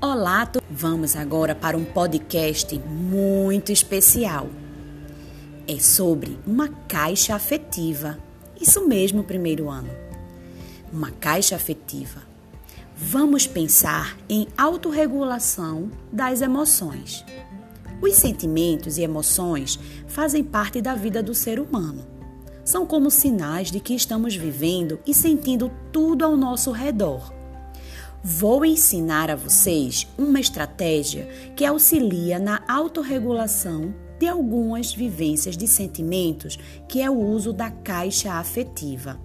Olá, vamos agora para um podcast muito especial. É sobre uma caixa afetiva. Isso mesmo, primeiro ano. Uma caixa afetiva. Vamos pensar em autorregulação das emoções. Os sentimentos e emoções fazem parte da vida do ser humano. São como sinais de que estamos vivendo e sentindo tudo ao nosso redor. Vou ensinar a vocês uma estratégia que auxilia na autorregulação de algumas vivências de sentimentos, que é o uso da caixa afetiva.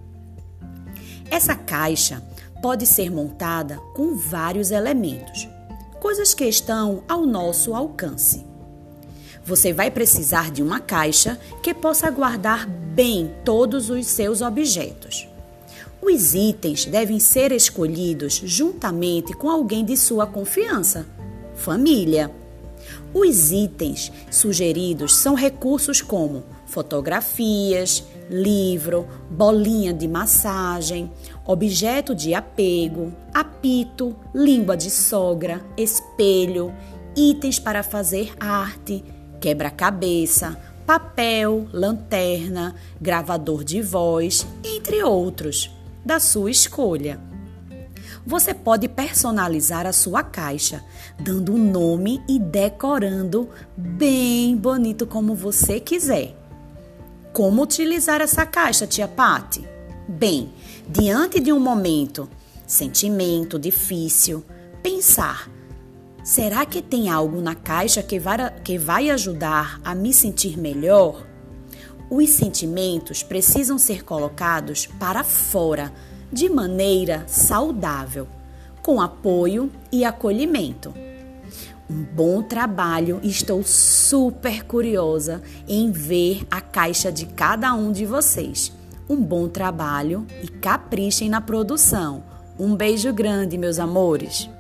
Essa caixa pode ser montada com vários elementos, coisas que estão ao nosso alcance. Você vai precisar de uma caixa que possa guardar bem todos os seus objetos. Os itens devem ser escolhidos juntamente com alguém de sua confiança, família. Os itens sugeridos são recursos como fotografias, livro, bolinha de massagem, objeto de apego, apito, língua de sogra, espelho, itens para fazer arte, quebra-cabeça, papel, lanterna, gravador de voz, entre outros, da sua escolha. Você pode personalizar a sua caixa, dando um nome e decorando bem bonito como você quiser. Como utilizar essa caixa, tia Pati? Bem, diante de um sentimento difícil, pensar: será que tem algo na caixa que vai ajudar a me sentir melhor? Os sentimentos precisam ser colocados para fora, de maneira saudável, com apoio e acolhimento. Um bom trabalho, estou super curiosa em ver a caixa de cada um de vocês. Um bom trabalho e caprichem na produção. Um beijo grande, meus amores!